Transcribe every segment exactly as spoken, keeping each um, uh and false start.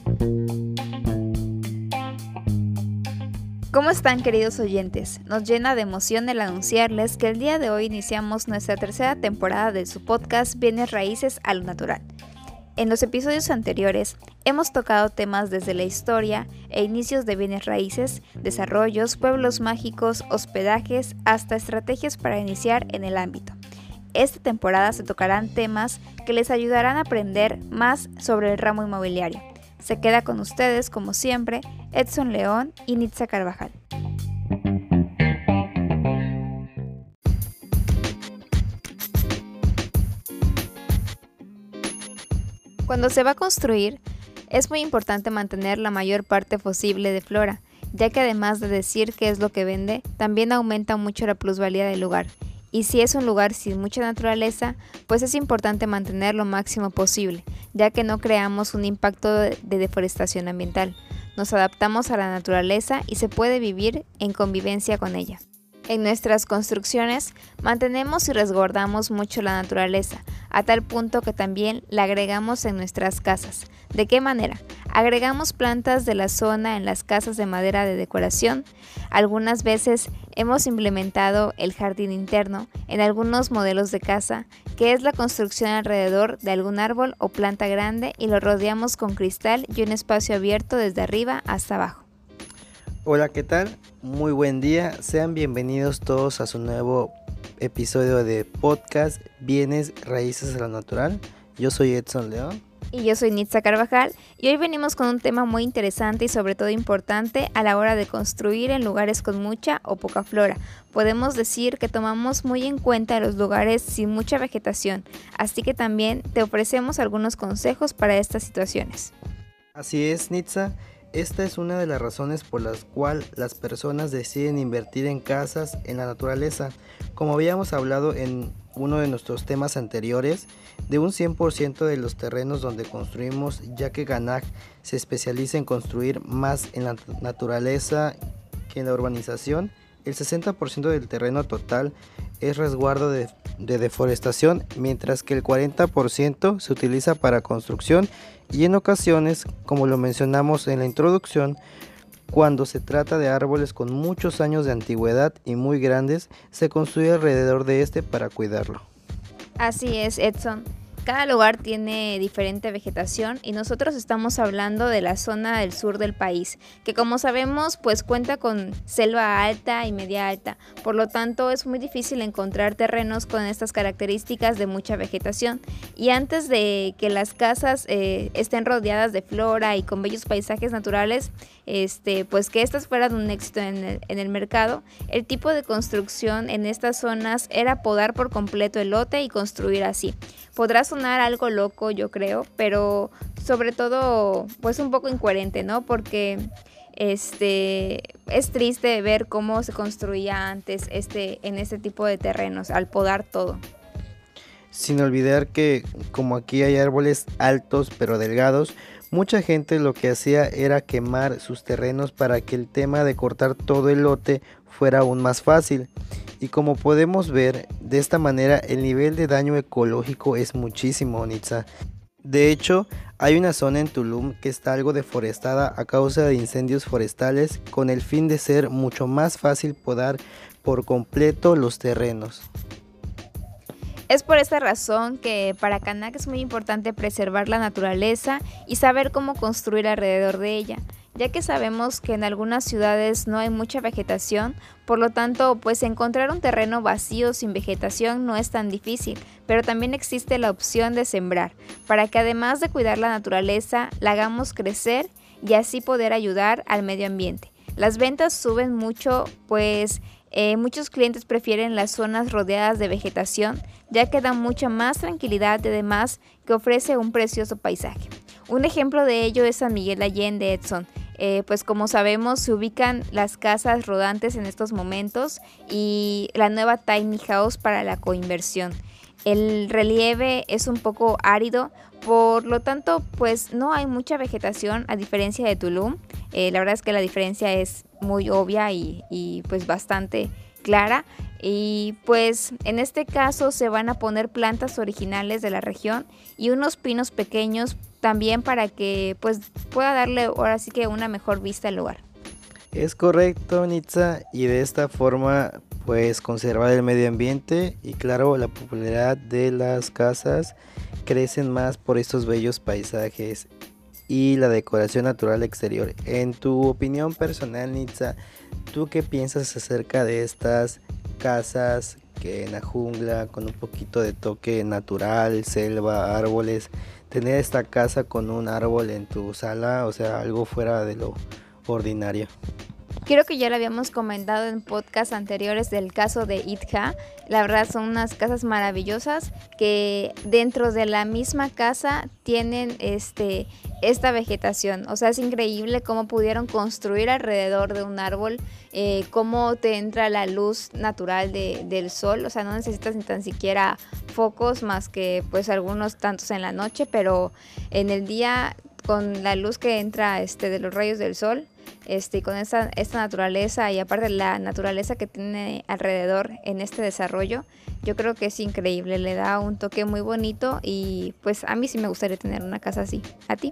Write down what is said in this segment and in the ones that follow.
¿Cómo están, queridos oyentes? Nos llena de emoción el anunciarles que el día de hoy iniciamos nuestra tercera temporada de su podcast Bienes Raíces a lo Natural. En los episodios anteriores hemos tocado temas desde la historia e inicios de bienes raíces, desarrollos, pueblos mágicos, hospedajes, hasta estrategias para iniciar en el ámbito. Esta temporada se tocarán temas que les ayudarán a aprender más sobre el ramo inmobiliario. Se queda con ustedes, como siempre, Edson León y Nitza Carvajal. Cuando se va a construir, es muy importante mantener la mayor parte posible de flora, ya que además de decir qué es lo que vende, también aumenta mucho la plusvalía del lugar. Y si es un lugar sin mucha naturaleza, pues es importante mantener lo máximo posible, ya que no creamos un impacto de deforestación ambiental. Nos adaptamos a la naturaleza y se puede vivir en convivencia con ella. En nuestras construcciones mantenemos y resguardamos mucho la naturaleza, a tal punto que también la agregamos en nuestras casas. ¿De qué manera? Agregamos plantas de la zona en las casas de madera de decoración. Algunas veces hemos implementado el jardín interno en algunos modelos de casa, que es la construcción alrededor de algún árbol o planta grande y lo rodeamos con cristal y un espacio abierto desde arriba hasta abajo. Hola, ¿qué tal? Muy buen día, sean bienvenidos todos a su nuevo episodio de podcast Bienes Raíces a lo Natural. Yo soy Edson León. Y yo soy Nitza Carvajal y hoy venimos con un tema muy interesante y sobre todo importante a la hora de construir en lugares con mucha o poca flora. Podemos decir que tomamos muy en cuenta los lugares sin mucha vegetación, así que también te ofrecemos algunos consejos para estas situaciones. Así es, Nitza. Esta es una de las razones por las cuales las personas deciden invertir en casas en la naturaleza. Como habíamos hablado en uno de nuestros temas anteriores, de un cien por ciento de los terrenos donde construimos, ya que Ganaj se especializa en construir más en la naturaleza que en la urbanización, el sesenta por ciento del terreno total es resguardo de, de deforestación, mientras que el cuarenta por ciento se utiliza para construcción y en ocasiones, como lo mencionamos en la introducción, cuando se trata de árboles con muchos años de antigüedad y muy grandes, se construye alrededor de este para cuidarlo. Así es, Edson. Cada lugar tiene diferente vegetación y nosotros estamos hablando de la zona del sur del país, que como sabemos pues cuenta con selva alta y media alta, por lo tanto es muy difícil encontrar terrenos con estas características de mucha vegetación. Y antes de que las casas eh, estén rodeadas de flora y con bellos paisajes naturales, este, pues que estas fueran un éxito en el, en el mercado, el tipo de construcción en estas zonas era podar por completo el lote y construir así. Podrá sonar algo loco, yo creo, pero sobre todo pues un poco incoherente, ¿no? Porque este es triste ver cómo se construía antes este en este tipo de terrenos al podar todo. Sin olvidar que como aquí hay árboles altos pero delgados, mucha gente lo que hacía era quemar sus terrenos para que el tema de cortar todo el lote fuera aún más fácil. Y como podemos ver, de esta manera el nivel de daño ecológico es muchísimo, Nitza. De hecho, hay una zona en Tulum que está algo deforestada a causa de incendios forestales con el fin de ser mucho más fácil podar por completo los terrenos. Es por esta razón que para Ganaj es muy importante preservar la naturaleza y saber cómo construir alrededor de ella, ya que sabemos que en algunas ciudades no hay mucha vegetación, por lo tanto, pues encontrar un terreno vacío sin vegetación no es tan difícil, pero también existe la opción de sembrar, para que además de cuidar la naturaleza, la hagamos crecer y así poder ayudar al medio ambiente. Las ventas suben mucho, pues eh, muchos clientes prefieren las zonas rodeadas de vegetación, ya que da mucha más tranquilidad y además que ofrece un precioso paisaje. Un ejemplo de ello es San Miguel Allende, Edson. Eh, pues como sabemos se ubican las casas rodantes en estos momentos y la nueva tiny house para la coinversión. El relieve es un poco árido, por lo tanto pues no hay mucha vegetación a diferencia de Tulum. Eh, la verdad es que la diferencia es muy obvia y, y pues bastante clara. Y pues en este caso se van a poner plantas originales de la región y unos pinos pequeños también para que pues pueda darle ahora sí que una mejor vista al lugar. Es correcto, Nitza, y de esta forma pues conservar el medio ambiente y claro la popularidad de las casas crecen más por estos bellos paisajes y la decoración natural exterior. En tu opinión personal, Nitza, ¿tú qué piensas acerca de estas casas que en la jungla con un poquito de toque natural, selva, árboles? Tener esta casa con un árbol en tu sala, o sea, algo fuera de lo ordinario. Creo que ya lo habíamos comentado en podcasts anteriores del caso de Itja. La verdad son unas casas maravillosas que dentro de la misma casa tienen este, esta vegetación. O sea, es increíble cómo pudieron construir alrededor de un árbol, eh, cómo te entra la luz natural de, del sol. O sea, no necesitas ni tan siquiera focos más que pues algunos tantos en la noche, pero en el día con la luz que entra este, de los rayos del sol, Este, con esta, esta naturaleza y aparte la naturaleza que tiene alrededor en este desarrollo, yo creo que es increíble, le da un toque muy bonito y pues a mí sí me gustaría tener una casa así. ¿A ti?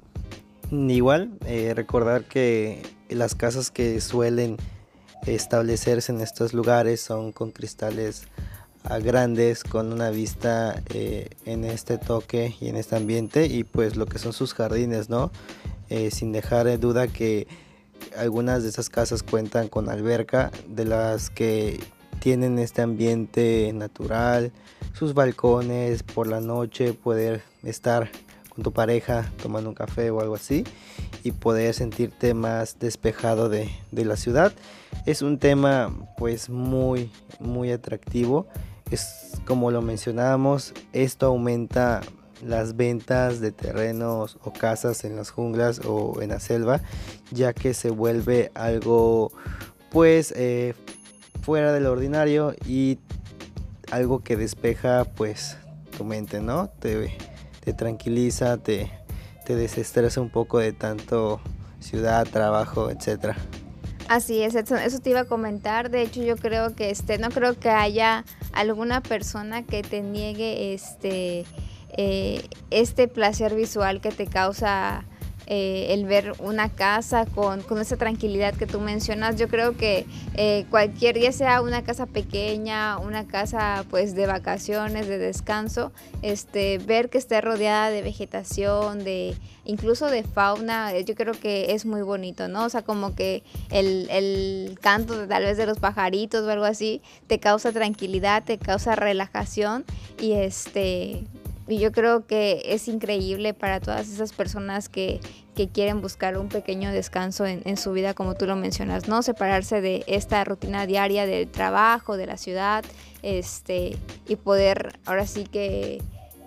Igual, eh, recordar que las casas que suelen establecerse en estos lugares son con cristales ah, grandes, con una vista eh, en este toque y en este ambiente y pues lo que son sus jardines, ¿no? Eh, sin dejar de duda que algunas de esas casas cuentan con alberca, de las que tienen este ambiente natural, sus balcones, por la noche poder estar con tu pareja tomando un café o algo así y poder sentirte más despejado de, de la ciudad. Es un tema pues muy muy atractivo, es como lo mencionábamos, esto aumenta las ventas de terrenos o casas en las junglas o en la selva, ya que se vuelve algo pues eh, fuera de lo ordinario y algo que despeja pues tu mente, ¿no? Te, te tranquiliza, te, te desestresa un poco de tanto ciudad, trabajo, etcétera. Así es, Edson, eso te iba a comentar. De hecho, yo creo que este, no creo que haya alguna persona que te niegue este Eh, este placer visual que te causa eh, el ver una casa con, con esa tranquilidad que tú mencionas. Yo creo que eh, cualquier, ya sea una casa pequeña, una casa pues de vacaciones, de descanso, este, ver que esté rodeada de vegetación, de incluso de fauna, yo creo que es muy bonito, ¿no? O sea, como que el, el canto de, tal vez de los pajaritos o algo así te causa tranquilidad, te causa relajación y este... Y yo creo que es increíble para todas esas personas que, que quieren buscar un pequeño descanso en, en su vida, como tú lo mencionas, ¿no? Separarse de esta rutina diaria del trabajo, de la ciudad, este, y poder ahora sí que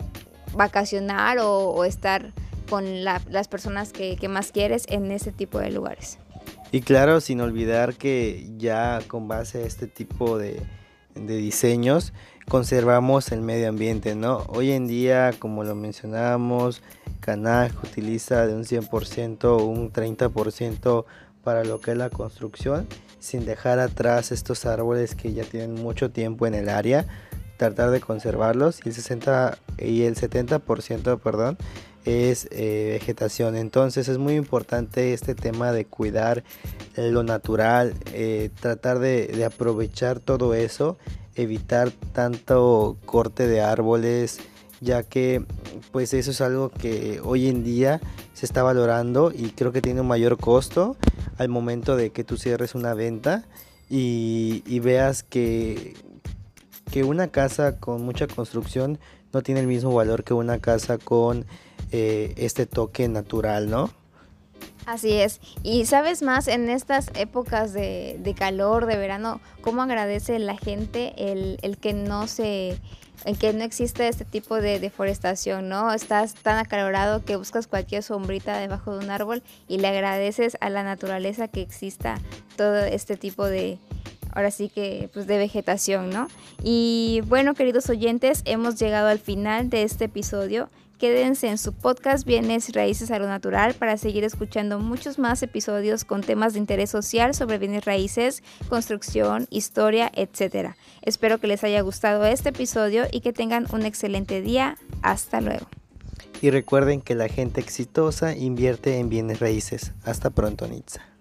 vacacionar o, o estar con la, las personas que, que más quieres en ese tipo de lugares. Y claro, sin olvidar que ya con base a este tipo de, de diseños conservamos el medio ambiente, ¿no? Hoy en día, como lo mencionábamos, Canaj utiliza de un cien por ciento un treinta por ciento para lo que es la construcción, sin dejar atrás estos árboles que ya tienen mucho tiempo en el área, tratar de conservarlos y el sesenta y el setenta por ciento, perdón, es eh, vegetación. Entonces es muy importante este tema de cuidar eh, lo natural, eh, tratar de, de aprovechar todo eso, evitar tanto corte de árboles, ya que pues eso es algo que hoy en día se está valorando y creo que tiene un mayor costo al momento de que tú cierres una venta y, y veas que, que una casa con mucha construcción no tiene el mismo valor que una casa con eh, este toque natural, ¿no? Así es, y sabes más, en estas épocas de, de calor, de verano, cómo agradece la gente el, el que no se, el que no existe este tipo de deforestación, ¿no? Estás tan acalorado que buscas cualquier sombrita debajo de un árbol y le agradeces a la naturaleza que exista todo este tipo de, ahora sí que pues de vegetación, ¿no? Y bueno, queridos oyentes, hemos llegado al final de este episodio. quédense en su podcast Bienes Raíces a lo Natural para seguir escuchando muchos más episodios con temas de interés social sobre bienes raíces, construcción, historia, etcétera. Espero que les haya gustado este episodio y que tengan un excelente día. Hasta luego. Y recuerden que la gente exitosa invierte en bienes raíces. Hasta pronto, Nitza.